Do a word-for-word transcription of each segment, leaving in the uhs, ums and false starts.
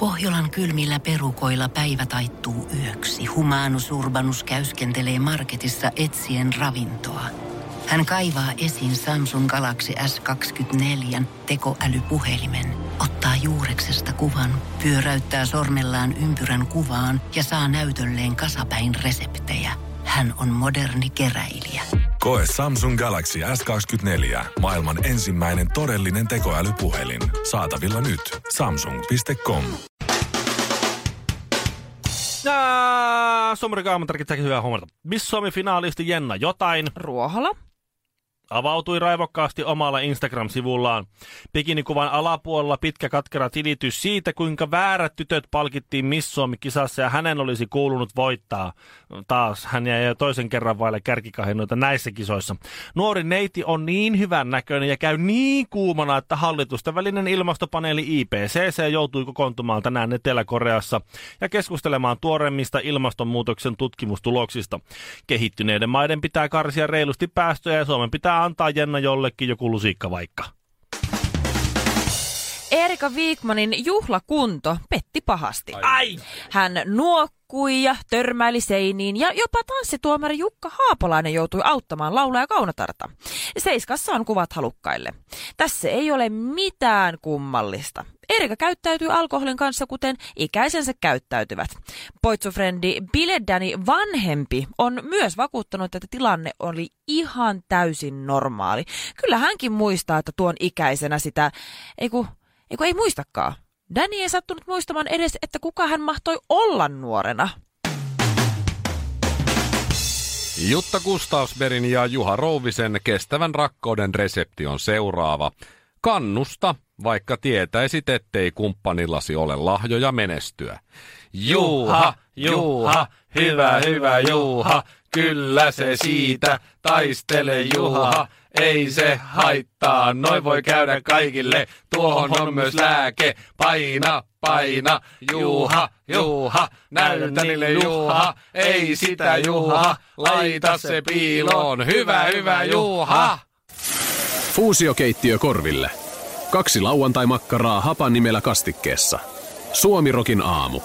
Pohjolan kylmillä perukoilla päivä taittuu yöksi. Humanus Urbanus käyskentelee marketissa etsien ravintoa. Hän kaivaa esiin Samsung Galaxy S kaksikymmentäneljä tekoälypuhelimen, ottaa juureksesta kuvan, pyöräyttää sormellaan ympyrän kuvaan ja saa näytölleen kasapäin reseptejä. Hän on moderni keräilijä. Koe Samsung Galaxy S kaksikymmentäneljä, maailman ensimmäinen todellinen tekoälypuhelin. Saatavilla nyt. samsung piste com. Ja Suomen tärkeää hyvää huomata. Miss Suomi-finaalisti Jenna Jotain Ruohola avautui raivokkaasti omalla Instagram-sivullaan. Bikinikuvan alapuolella pitkä katkera tilitys siitä, kuinka väärät tytöt palkittiin Miss Suomi-kisassa ja hänen olisi kuulunut voittaa. Taas hän jäi toisen kerran vaille kärkikahinoita näissä kisoissa. Nuori neiti on niin hyvän näköinen ja käy niin kuumana, että hallitusten välinen ilmastopaneeli I P C C joutui kokoontumaan tänään Etelä-Koreassa ja keskustelemaan tuoreimmista ilmastonmuutoksen tutkimustuloksista. Kehittyneiden maiden pitää karsia reilusti päästöjä ja Suomen pitää antaa Jenna jollekin joku lusikka vaikka. Erika Wikmanin juhlakunto petti pahasti. Ai! Hän nuokkui ja törmäili seiniin ja jopa tanssituomari Jukka Haapolainen joutui auttamaan laulaja Kaunotarta. Seiskassa on kuvat halukkaille. Tässä ei ole mitään kummallista. Erika käyttäytyy alkoholin kanssa, kuten ikäisensä käyttäytyvät. Poitsufrendi Biledani vanhempi on myös vakuuttanut, että tilanne oli ihan täysin normaali. Kyllä hänkin muistaa, että tuon ikäisenä sitä, eiku, eiku ei muistakaan. Danny ei sattunut muistamaan edes, että kuka hän mahtoi olla nuorena. Jutta Gustafsbergin ja Juha Rouvisen kestävän rakkauden resepti on seuraava. Kannusta, vaikka tietäisit, ettei kumppanillasi ole lahjoja menestyä. Juha, Juha, hyvä, hyvä Juha, kyllä se siitä, taistele Juha, ei se haittaa, noin voi käydä kaikille, tuohon on myös lääke, paina, paina, Juha, Juha, näytä niille Juha, ei sitä Juha, laita se piiloon, hyvä, hyvä Juha. Fuusiokeittiö korville. Kaksi lauantai-makkaraa hapan nimellä kastikkeessa. Suomirokin aamu.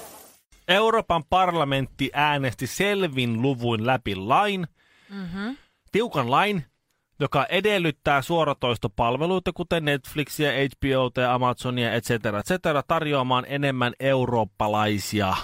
Euroopan parlamentti äänesti selvin luvuin läpi lain, mm-hmm. tiukan lain, joka edellyttää suoratoistopalveluita, kuten Netflixiä, H B O:ta ja Amazonia, et cetera, et cetera, tarjoamaan enemmän eurooppalaisia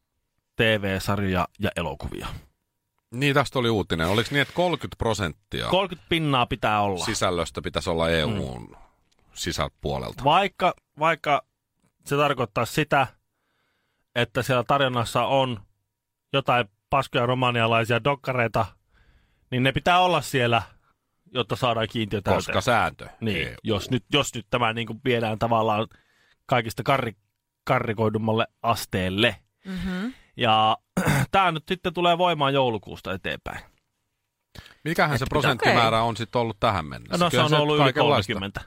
T V-sarjoja ja elokuvia. Niin, tästä oli uutinen. Oliko niin, että kolmekymmentä prosenttia kolmekymmentä pinnaa pitää olla. Sisällöstä pitäisi olla E U:n mm. sisäpuolelta. Vaikka, vaikka se tarkoittaa sitä, että siellä tarjonnassa on jotain paskoja romanialaisia dokkareita, niin ne pitää olla siellä, jotta saadaan kiintiö täyteen. Koska sääntö. Niin, jos nyt, jos nyt tämä niin kuin viedään tavallaan kaikista karri, karrikoidummalle asteelle. Mm-hmm. Ja tämä nyt sitten tulee voimaan joulukuusta eteenpäin. Mikähän Et se prosenttimäärä okay. on sitten ollut tähän mennessä? No se on ollut yli kolmekymmentä.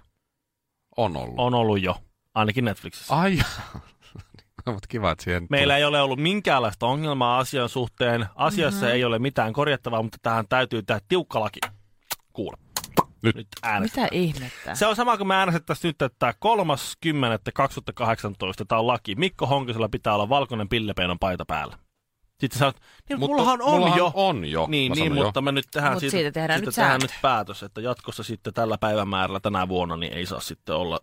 On ollut? On ollut jo, ainakin Netflixissä. Ai mutta kiva, että siihen meillä ei ole ollut minkäänlaista ongelmaa asian suhteen. Asiassa mm-hmm. ei ole mitään korjattavaa, mutta tähän täytyy tehdä tiukka laki. Kuule. Nyt. nyt Mitä ihmettä? Se on sama kuin me äänestettäisiin nyt, että kolmas kymmenettä kaksituhattakahdeksantoista tämä on laki. Mikko Honkisella pitää olla valkoinen pillepeinon paita päällä. Sitten sä sanot, niin mutta mullahan on mullahan jo. on jo. Niin, niin jo. mutta me nyt tehdään, Mut siitä, siitä tehdään, siitä nyt, tehdään nyt päätös, että jatkossa sitten tällä päivämäärällä tänä vuonna niin ei saa sitten olla.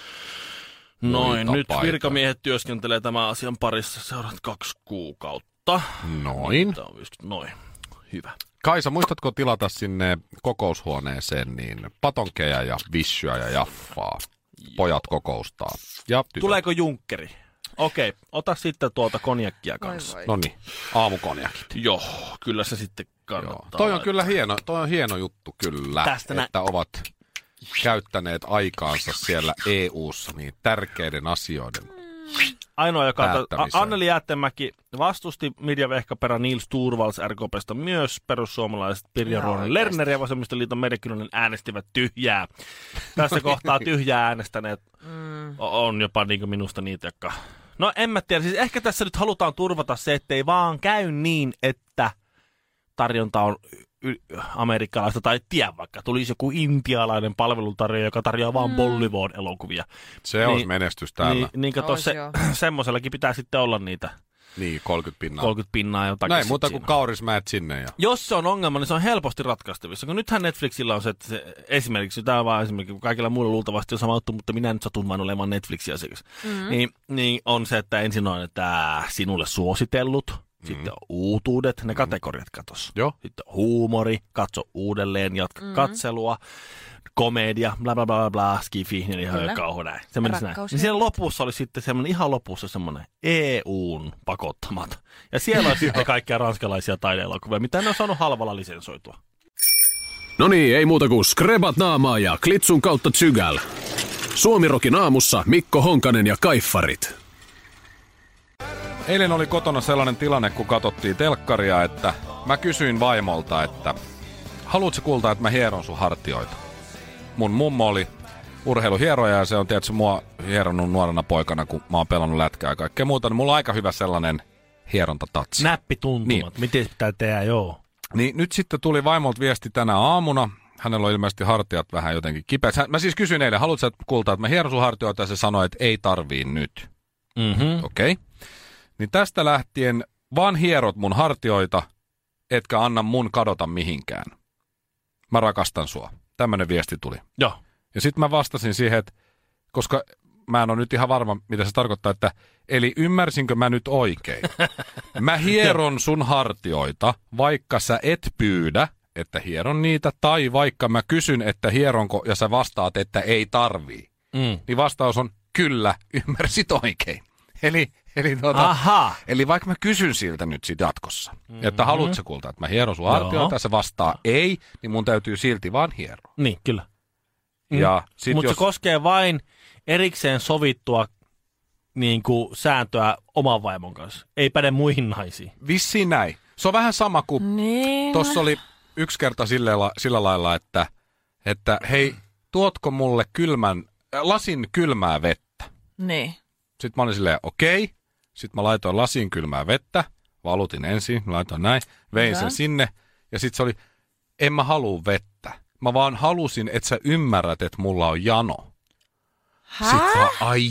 Noin, nyt paita. Virkamiehet työskentelee tämän asian parissa seuraavat kaksi kuukautta. Noin. Noin, hyvä. Kaisa, muistatko tilata sinne kokoushuoneeseen niin patonkeja ja vissyä ja jaffaa? Pojat kokoustaa. Ja tuleeko junkkeri? Okei, ota sitten tuota konjakkia kanssa. No niin, aamukonjakit. Joo, kyllä se sitten kannattaa. Joo. Toi on kyllä hieno, toi on hieno juttu kyllä, tästä että nä- ovat käyttäneet aikaansa siellä E U:ssa niin tärkeiden asioiden Ainoa, joka Anneli Jäätteenmäki vastusti, Mirja Vehkaperä, Nils Turvals R K P:stä myös, perussuomalaiset Pirja Ruohonen Lerner ja Vasemmistoliiton Merja Kyllönen äänestivät tyhjää. Tässä kohtaa tyhjää äänestäneet mm. on jopa niin minusta niitä, jotka... No en mä tiedä, siis ehkä tässä nyt halutaan turvata se, ettei vaan käy niin, että tarjonta on amerikkalaista tai tiedä vaikka, tulisi joku intialainen palveluntarjoaja, joka tarjoaa vaan mm. Bollywood-elokuvia. Se niin, olisi menestys täällä. Niin, niin kato, se, semmoisellakin pitää sitten olla niitä. Niin, kolmekymmentä pinnaa. kolmekymmentä pinnaa jotakin. Näin, muuta kuin siinä. kaurismäet sinne. Ja... Jos se on ongelma, niin se on helposti ratkaistavissa. Kun nythän Netflixillä on se, että se esimerkiksi, tämä on vaan esimerkiksi, kun kaikilla muilla luultavasti on sama juttu, mutta minä nyt satun vain olemaan Netflixin asiakas. Mm-hmm. Niin, niin on se, että ensin on, että sinulle suositellut, mm-hmm. sitten on uutuudet, ne kategoriat katos. Joo. Sitten on huumori, katso uudelleen, jatka mm-hmm. katselua. Komedia, bla bla bla bla, skifi, niin ihan kauho näin. Se menisi näin. Niin siellä lopussa oli sitten semmoinen, ihan lopussa semmoinen E U:n pakottamat. Ja siellä on sitten kaikkia ranskalaisia taideelokuvia, mitä ne on saanut halvalla lisensoitua. No niin, ei muuta kuin skrebat naamaa ja klitsun kautta tsygäl. Suomirokin aamussa Mikko Honkanen ja Kaiffarit. Eilen oli kotona sellainen tilanne, kun katsottiin telkkaria, että mä kysyin vaimolta, että haluatko kulta, että mä hieron sun hartioita? Mun mummo oli urheiluhieroja ja se on tietysti mua hieronnut nuorena poikana, kun mä oon pelannut lätkää ja kaikkea muuta. Niin mulla on aika hyvä sellainen hierontatatsi. Näppituntumat, niin. Miten pitää tehdä, joo. Niin nyt sitten tuli vaimolta viesti tänä aamuna. Hänellä on ilmeisesti hartiat vähän jotenkin kipeät. Mä siis kysyin eilen, haluatko sä kulta, että mä hieron sun hartioita ja se sanoi, että ei tarvii nyt. Mm-hmm. Okei. Okay. Niin tästä lähtien vaan hierot mun hartioita, etkä anna mun kadota mihinkään. Mä rakastan sua. Tämmönen viesti tuli. Joo. Ja sitten mä vastasin siihen, että koska mä en ole nyt ihan varma, mitä se tarkoittaa, että eli ymmärsinkö mä nyt oikein? Mä hieron sun hartioita, vaikka sä et pyydä, että hieron niitä, tai vaikka mä kysyn, että hieronko, ja sä vastaat, että ei tarvii. Mm. Niin vastaus on, kyllä, ymmärsit oikein. Eli, eli, tuota, eli vaikka mä kysyn siltä nyt sit jatkossa, mm-hmm. että haluatko sä kulta, että mä hieron sun hartioita, ja se vastaa ei, niin mun täytyy silti vaan hieroa. Niin, kyllä. Mm. Mutta jos... se koskee vain erikseen sovittua niin kuin sääntöä oman vaimon kanssa. Ei päde muihin naisiin. Vissiin näin. Se on vähän sama kuin niin. Tuossa oli yksi kerta sillä, la- sillä lailla, että, että hei, tuotko mulle kylmän, äh, lasin kylmää vettä? Niin. Sitten mä olin silleen, okei. Okay. Sitten mä laitoin lasin kylmää vettä, valutin ensin, laitoin näin, vein sen sinne. Ja sitten se oli, en mä halua vettä. Mä vaan halusin, että sä ymmärrät, että mulla on jano. Hä? Sitten mä, ai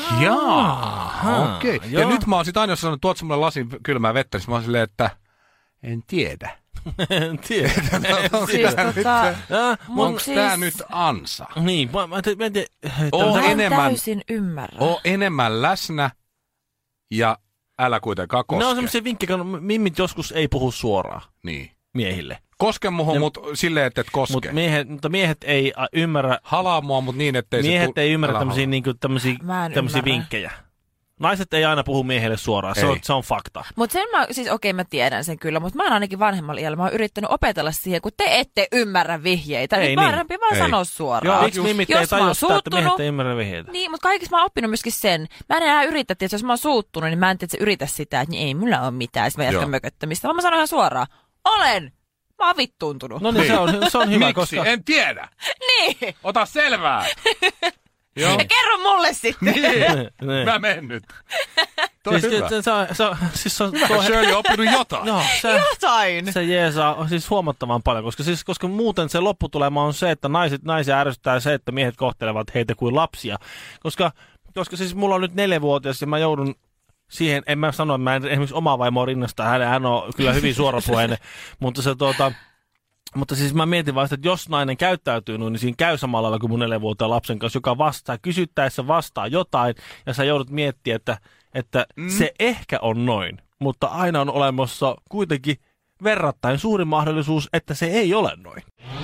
jaa, okei. Okay. Ja nyt mä oon sit aina sanonut, että tuot sä mulle lasin kylmää vettä, niin mä oon silleen, että en tiedä. En tiedä. Siis tota... Onko siis... tää nyt ansa? Niin, mä, mä, te, mä te, oo enemmän, täysin ymmärrä. Oo enemmän läsnä ja älä kuitenkaan koske. Ne on semmoisia vinkkejä, kun mimmit joskus ei puhu suoraan niin. miehille. Koske muhun, ja, mutta silleen, että et koske. Mut miehet, mutta miehet ei ymmärrä... Halaa mua, mutta niin, ettei miehet se... Miehet ei ymmärrä tämmöisiä, niinku, tämmöisiä, tämmöisiä vinkkejä. Naiset ei aina puhu miehelle suoraan, se on, se on fakta. Mutta sen mä, siis okei okay, mä tiedän sen kyllä, mutta mä oon ainakin vanhemmalla iällä, mä oon yrittänyt opetella siihen, kun te ette ymmärrä vihjeitä, ei, niin parempi vaan ei. sanoa suoraan. Joo, miksi mimmit ei tajua sitä, että miehet ei ymmärrä vihjeitä? Niin, mutta kaikissa mä oon oppinut myöskin sen. Mä en enää yritä, että jos mä oon suuttunut, niin mä en tiedä, että se yritä sitä, että niin ei mulla ole mitään, sitten mä jatkan mököttämistä, vaan mä sanon ihan suoraan, olen! Mä oon vittuuntunut. No niin, se on, se on hyvä, miksi? Koska... En tiedä. Niin. Ota selvää. Joo. Ja kerro mulle sitten. Niin. Mä menen nyt. Toi siis, hyvä. Se, se, se, siis on, hyvä, tuo... Shirley on oppinut jotain. No, se, jotain. Se jeesaa siis huomattavan paljon, koska, siis, koska muuten se lopputulema on se, että naiset, naisia ärsyttää se, että miehet kohtelevat heitä kuin lapsia. Koska, koska siis mulla on nyt neljävuotias ja mä joudun siihen, en mä sano, että mä en esimerkiksi omaa vaimoa rinnasta, hän, hän on kyllä hyvin suorapuheinen, mutta se tuota... Mutta siis mä mietin vaan sitä, että jos nainen käyttäytyy noin, niin siinä käy samalla lailla kuin mun neljävuotiaan lapsen kanssa, joka vastaa, kysyttäessä vastaa jotain, ja sä joudut miettimään, että, että mm. se ehkä on noin, mutta aina on olemassa kuitenkin verrattain suuri mahdollisuus, että se ei ole noin.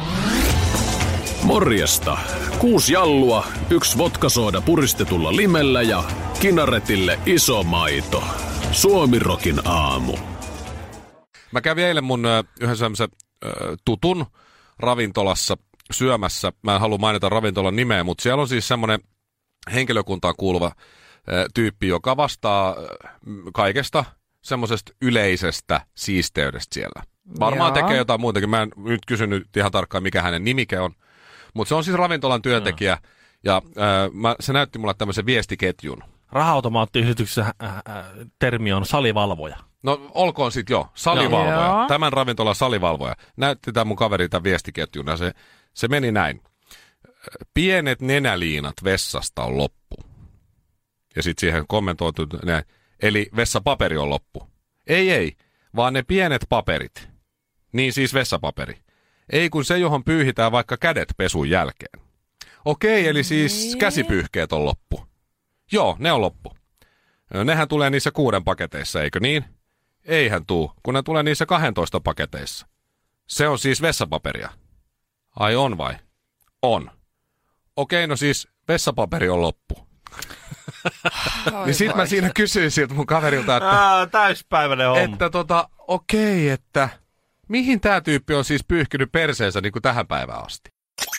Morjesta. Kuusi jallua, yksi vodkasooda puristetulla limellä ja kinaretille iso maito. Suomirokin aamu. Mä kävin eilen mun yhden sellaisen tutun ravintolassa syömässä. Mä en halua mainita ravintolan nimeä, mutta siellä on siis semmoinen henkilökuntaan kuuluva tyyppi, joka vastaa kaikesta semmoisesta yleisestä siisteydestä siellä. Varmaan Jaa. tekee jotain muutakin. Mä en nyt kysynyt ihan tarkkaan, mikä hänen nimike on. Mutta se on siis ravintolan työntekijä ja äh, mä, se näytti mulle tämmöisen viestiketjun. Raha-automaattiyhdistyksessä äh, äh, termi on salivalvoja. No olkoon sit jo, salivalvoja. Joo. Tämän ravintolan salivalvoja. Näytti tämä mun kaveri tämän viestiketjuna. Se, se meni näin. Pienet nenäliinat vessasta on loppu. Ja sitten siihen kommentoitu näin. Eli vessapaperi on loppu. Ei, ei, vaan ne pienet paperit. Niin siis vessapaperi. Ei kun se, johon pyyhitään vaikka kädet pesun jälkeen. Okei, eli siis käsipyyhkeet on loppu. Joo, ne on loppu. Nehän tulee niissä kuuden paketeissa, eikö niin? Eihän tuu, kun ne tulee niissä kahdentoista paketeissa. Se on siis vessapaperia. Ai on vai? On. Okei, no siis vessapaperi on loppu. Niin sit mä siinä kysyin siltä mun kaverilta, että... Ää, täyspäiväinen homma. Että tota, okei, että... Mihin tää tyyppi on siis pyyhkinyt perseensä niin kuin tähän päivään asti?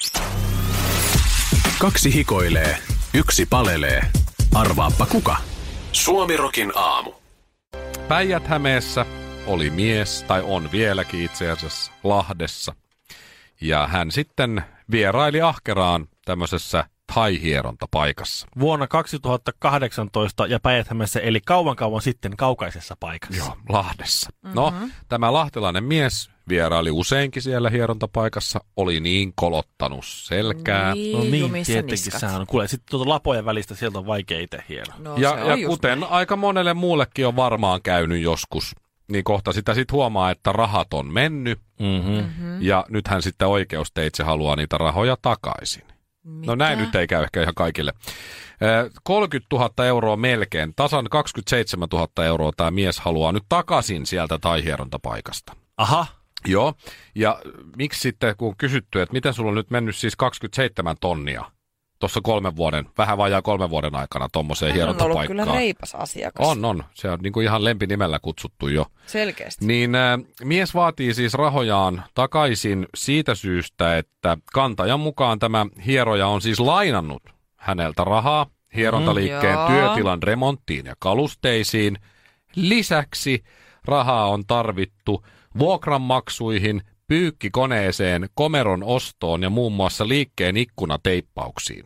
Kaksi hikoilee, yksi palelee. Arvaappa kuka? Suomirokin aamu. Päijät-Hämeessä oli mies, tai on vieläkin itse asiassa, Lahdessa. Ja hän sitten vieraili ahkeraan tämmöisessä thai-hierontapaikassa. Vuonna kaksituhattakahdeksantoista ja Päijät-Hämeessä, eli kauan kauan sitten kaukaisessa paikassa. Joo, Lahdessa. Mm-hmm. No, tämä lahtelainen mies vieraili useinkin siellä hierontapaikassa, oli niin kolottanut selkää. Niin, No niin, jumissa tietenkin niskat. sehän on. Kuule, sitten tuota lapojen välistä sieltä on vaikea itse hieno. No, ja se on ja just kuten näin. aika monelle muullekin on varmaan käynyt joskus, niin kohta sitä sitten huomaa, että rahat on mennyt. Mm-hmm. Mm-hmm. Ja nythän sitten oikeusteitse haluaa niitä rahoja takaisin. Mitä? No näin nyt ei käy ehkä ihan kaikille. kolmekymmentätuhatta euroa melkein, tasan kaksikymmentäseitsemäntuhatta euroa tämä mies haluaa nyt takaisin sieltä thai-hierontapaikasta. Aha. Joo, ja miksi sitten, kun on kysytty, että miten sulla on nyt mennyt siis kaksikymmentäseitsemän tonnia tuossa kolmen vuoden, vähän vajaa kolmen vuoden aikana tuommoiseen Hän on ollut hierontapaikkaan. kyllä reipas asiakas. On, on. Se on niin kuin ihan lempinimellä kutsuttu jo. Selkeästi. Niin äh, mies vaatii siis rahojaan takaisin siitä syystä, että kantajan mukaan tämä hieroja on siis lainannut häneltä rahaa hierontaliikkeen Mm, joo. työtilan remonttiin ja kalusteisiin. Lisäksi rahaa on tarvittu vuokranmaksuihin, pyykkikoneeseen, komeron ostoon ja muun muassa liikkeen ikkunateippauksiin.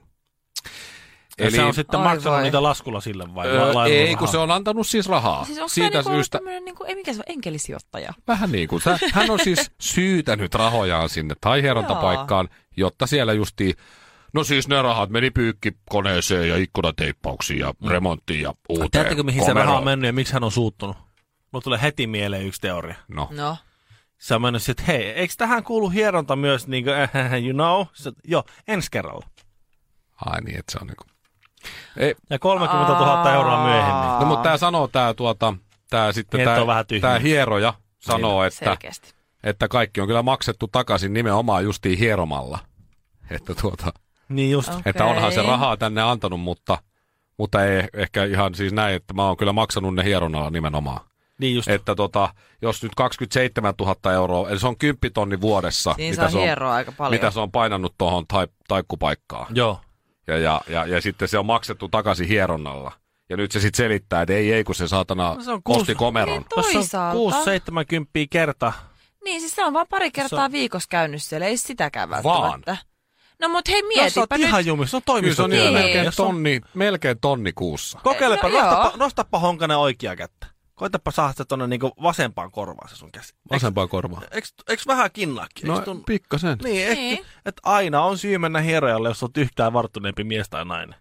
Eli se on sitten Ai maksanut vai. niitä laskulla sille vai? Öö, lainannut ei, rahaa? kun se on antanut siis rahaa. Siis onko siitä tämä niinku syystä, tämmöinen, niinku, ei mikä se on, enkelisijoittaja? vähän niin kuin. Hän on siis syytänyt rahojaan sinne thai-hierontapaikkaan, jotta siellä justiin, no siis ne rahat meni pyykkikoneeseen ja ikkunateippauksiin ja mm. remonttiin ja uuteen Tiedättekö, mihin se komeroon. raha on mennyt ja miksi hän on suuttunut? Mulla tulee heti mieleen yksi teoria. No. No. Se on mennyt sitten, hei, eikö tähän kuulu hieronta myös, niin kuin, you know? Se, joo, ensi kerralla. Ai niin, että se on niinku... Ei, Ja kolmekymmentätuhatta euroa myöhemmin. no mutta tää sanoo tää tuota, tää sitten Niin, että tää, on vähän tyhmiä. tää hieroja sanoo, että, Selkeästi. että kaikki on kyllä maksettu takaisin nimenomaan justiin hieromalla. Että tuota... Niin just. Okay. Että onhan se rahaa tänne antanut, mutta, mutta ei ehkä ihan siis näin, että mä oon kyllä maksanut ne hieronnalla nimenomaan. Niin just. Että tota, jos nyt kaksikymmentäseitsemäntuhatta euroa, eli se on kymmenen tonni vuodessa, Siinä mitä saa se, on, hieroa aika paljon. mitä se on painanut tuohon tai, taikkupaikkaan. Joo. Ja, ja, ja, ja sitten se on maksettu takaisin hieronnalla. Ja nyt se sitten selittää, että ei, ei, kun se saatana No se on kuusi- osti komeron. Niin Jos se on toisaalta. kuusi seitsemänkymmentä kerta. Niin, siis se on vaan pari kertaa Se- viikossa käynyt siellä, ei sitäkään Vaan. välttämättä. No mut hei, Jos sä oot mietipä nyt. ihan jumissa, no Kyllä se on toimistotyö. niin Niin. melkein, Jos on- tonni, melkein tonni kuussa. Kokeilepa, No joo. nostapa, nostapa Honkanen oikea kättä. Koitapa saada se tonne niinku vasempaan korvaan se sun käsi. Vasempaan korvaan. Eiks, eiks vähän kinnaakin? No Eiks tun... pikkasen. Niin, ehkä, Niin. että aina on syy mennä hierojalle, jos olet yhtään varttuneempi mies tai nainen.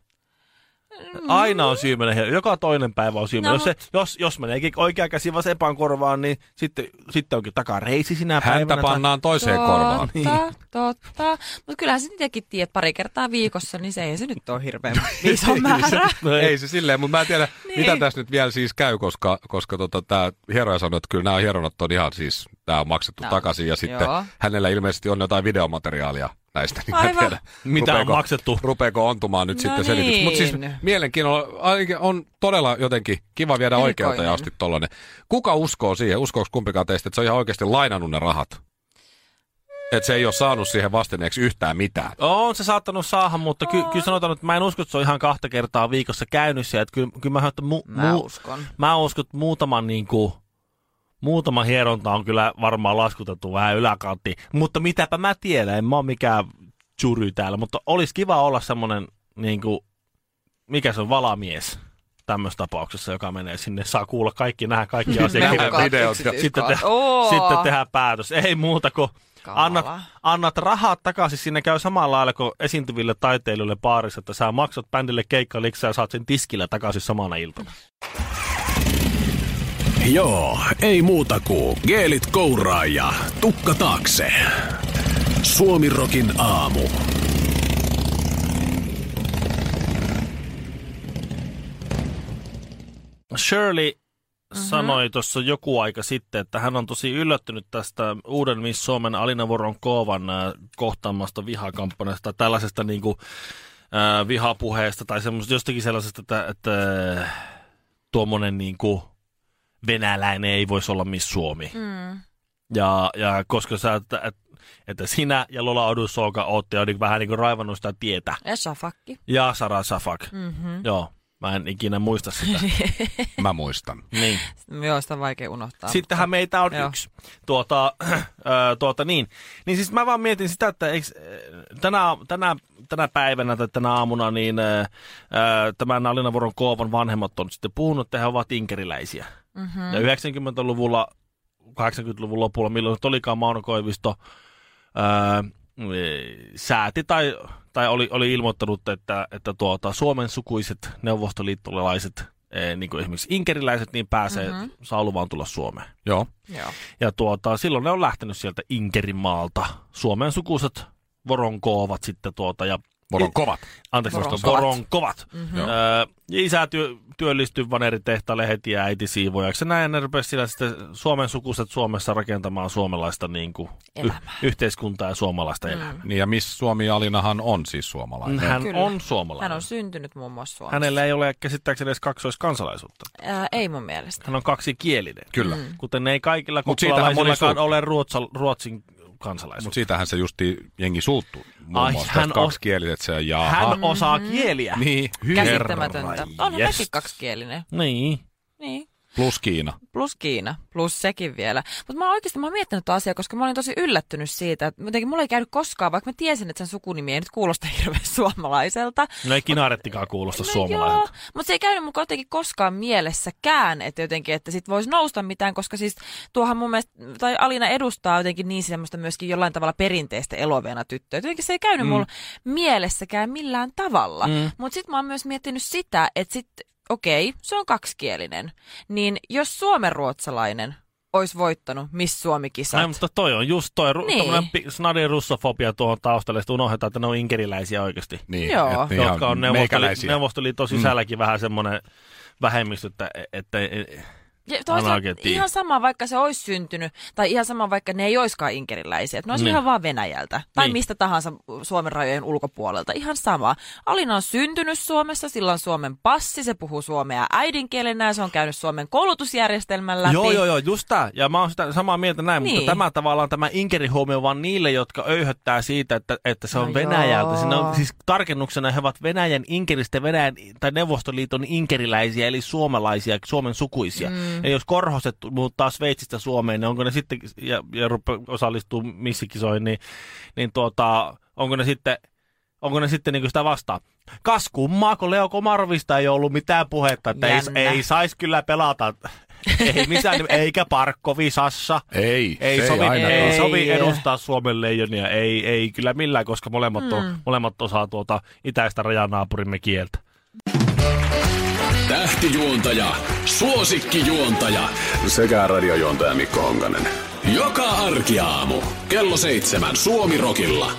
Aina on syy mennä hierojalle. Joka toinen päivä on syy mennä. No, jos, se, jos, jos meneekin oikea käsi vasempaan korvaan, niin sitten, sitten onkin takaa reisi sinä Häntä päivänä. pannaan toiseen korvaan. Totta, totta. Mutta kyllähän sä itsekin tiedät, pari kertaa viikossa, niin se ei se nyt ole hirveän iso määrä. No Ei se silleen, mutta mä en tiedä, Niin. mitä tässä nyt vielä siis käy, koska, koska tota, tämä hieroja sanoi, että kyllä nämä hieronnat on ihan siis, tämä on maksettu No, takaisin ja sitten joo. hänellä ilmeisesti on jotain videomateriaalia näistä, niin mä en Aivan. tiedä, Mitä on rupeeko- maksettu? rupeeko ontumaan nyt No sitten selitykset. Mutta siis niin. mielenkiinnolla ainakin on todella jotenkin kiva viedä Erikoinen. oikeuteen asti tollainen. Kuka uskoo siihen, uskooko kumpikaan teistä, että se on ihan oikeasti lainannut ne rahat? Että se ei ole saanut siihen vastineeksi yhtään mitään. On se saattanut saada, mutta ky- kyllä sanotaan, että mä en usko, että se on ihan kahta kertaa viikossa käynyt siellä. Että kyllä, kyllä mä, että mu- Mä mu- uskon. mä uskon, että muutama, niin kuin, muutama hieronta on kyllä varmaan laskutettu vähän yläkanttiin. Mutta mitäpä mä tiedän, en mä ole mikään jury täällä, mutta olisi kiva olla semmoinen, niin kuin, mikä se on, valamies. tämmöisessä tapauksessa, joka menee sinne. Saa kuulla kaikki, nähdä kaikki asiakirjat. videot. Sitten, te, sitten tehdään päätös. Ei muuta kuin annat, annat rahat takaisin. Sinne käy samalla lailla kuin esiintyville taiteilijoille baarissa, että sä maksat bändille keikkaliksaa ja saat sen tiskillä takaisin samana iltana. Joo, ei muuta kuin geelit kouraa ja tukka taakse. Suomirokin aamu. Shirley mm-hmm. sanoi tuossa joku aika sitten, että hän on tosi yllättynyt tästä uuden Miss Suomen Alina Voronkoovan äh, kohtaamasta vihakampanjasta, tällaisesta niinku, äh, vihapuheesta tai semmoista jostakin sellaisesta, että, että äh, tuommoinen niinku venäläinen ei voisi olla Miss Suomi. Mm. Ja, ja koska sä, että, että, että sinä ja Lola Odusooka ootte jo niin vähän niin kuin raivannut sitä tietä. Ja Shafakki. Ja Sara Shafak. Mm-hmm. Joo. Mä en ikinä muista sitä. Mä muistan. Niin. Joo, sitä on vaikea unohtaa. Sittenhän mutta meitä on joo. yksi. Tuota, äh, tuota niin. Niin siis mä vaan mietin sitä, että eikö, tänä, tänä, tänä päivänä tai tänä aamuna niin äh, tämän Alina Voronkoovan vanhemmat on sitten puhunut, että he ovat inkeriläisiä. Mm-hmm. Ja yhdeksänkymmentäluvulla, kahdeksankymmentäluvun lopulla, milloin olikaan Mauno Koivisto äh, sääti tai... tai oli, oli ilmoittanut, että, että tuota, Suomen sukuiset neuvostoliittolaiset, eh, niin kuin esimerkiksi inkeriläiset, niin pääsee, mm-hmm. saa luvan tulla Suomeen. Joo. Joo. Ja tuota, silloin ne on lähtenyt sieltä Inkerimaalta. Suomen sukuiset Voronkovat sitten tuota, ja Voronkovat. Anteeksi, Voronkovat. Voronkovat. Mm-hmm. Öö, isä työ, työllistyi vaneritehtaalle heti ja äiti siivojaksi. Näin ne rupesi sillä sitten Suomen sukuiset Suomessa rakentamaan suomalaista niin kuin, y- yhteiskuntaa ja suomalaista mm. elämää. Niin ja Miss Suomi Alinahan on siis suomalainen. Hän Kyllä. on suomalainen. Hän on syntynyt muun muassa Suomessa. Hänellä ei ole käsittääkseni edes kaksoiskansalaisuutta. Ää, ei mun mielestä. Hän on kaksikielinen. Kyllä. Mm. Kuten ei kaikilla kokkolaisillakaan ole ruotsa, ruotsin kansalaisuutta. Mutta siitähän se justi jengi suuttuu. Muun Ai, muassa hän kaksikieliset se jaha. Hän osaa mm-hmm. kieliä. Niin. Käsittämätöntä. Onhan yes. mekin kaksikielinen. Niin. Niin. Plus Kiina. Plus Kiina. Plus sekin vielä. Mutta mä oikeasti mä oon miettinyt tuota asiaa, koska mä olin tosi yllättynyt siitä, että jotenkin mulla ei käynyt koskaan, vaikka mä tiesin, että sen sukunimi ei nyt kuulosta hirveän suomalaiselta. No ei Kinarettikaan kuulosta no suomalaiselta. Mutta se ei käynyt mun jotenkin koskaan mielessäkään, että jotenkin, että sit voisi nousta mitään, koska siis tuohan mun mielestä, tai Alina edustaa jotenkin niin semmoista myöskin jollain tavalla perinteistä eloveena tyttöä. Jotenkin se ei käynyt mm. mulla mielessäkään millään tavalla. Mm. Mutta sitten mä oon myös miettinyt sitä, että sitten okei, se on kaksikielinen. Niin jos suomenruotsalainen olisi voittanut Miss Suomi-kisat. Ai, mutta toi on just toi niin. snadin russofobia tuohon taustalle, että unohdetaan, että ne on inkeriläisiä oikeasti. Niin, joo. Et, jotka on Neuvostoliiton Neuvostoliiton sisälläkin mm. vähän semmoinen vähemmistö, että... että ja ihan sama, vaikka se olisi syntynyt, tai ihan sama, vaikka ne ei olisikaan inkeriläisiä. Että ne olisi niin. ihan vaan Venäjältä, tai niin. mistä tahansa Suomen rajojen ulkopuolelta. Ihan sama. Alina on syntynyt Suomessa, sillä on Suomen passi, se puhuu suomea äidinkielenä, se on käynyt Suomen koulutusjärjestelmän läpi. Joo, joo, joo, just tämä. Ja mä oon sitä samaa mieltä näin, niin. mutta tämä tavallaan tämä inkerihuomio vaan niille, jotka öyhöttää siitä, että, että se on no Venäjältä. Siinä on siis tarkennuksena, he ovat Venäjän inkeristä, Venäjän tai Neuvostoliiton inkeriläisiä, eli suomalaisia, Suomen sukuisia. Mm. Ja jos korhoset muuttaa Sveitsistä Suomeen, niin onko ne sitten, ja, ja osallistuu missikisoihin, niin, niin tuota, onko ne sitten, onko ne sitten niin kuin sitä vastaan? Kas kummaa, kun Leo Komarovista ei ollut mitään puhetta, että ei, ei saisi kyllä pelata, ei missään, eikä Parkkovisassa. Ei, ei se sovi, ei, ei sovi edustaa Suomen leijonia, ei, ei kyllä millään, koska molemmat, mm. on, molemmat osaa tuota itäistä rajanaapurimme kieltä. Tähtijuontaja, suosikkijuontaja sekä radiojuontaja Mikko Honkanen. Joka arkiaamu kello seitsemän Suomirokilla.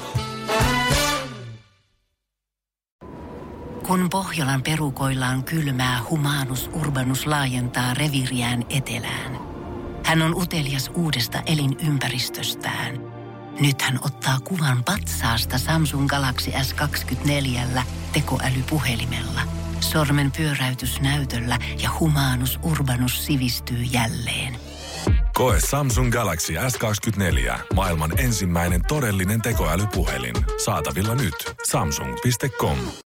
Kun Pohjolan perukoillaan kylmää, Humanus Urbanus laajentaa reviiriään etelään. Hän on utelias uudesta elinympäristöstään. Nyt hän ottaa kuvan patsaasta Samsung Galaxy S kaksikymmentäneljä tekoälypuhelimella. Sormen pyöräytys näytöllä ja Humanus Urbanus sivistyy jälleen. Koe Samsung Galaxy S kaksikymmentäneljä. Maailman ensimmäinen todellinen tekoälypuhelin. Saatavilla nyt. Samsung piste com.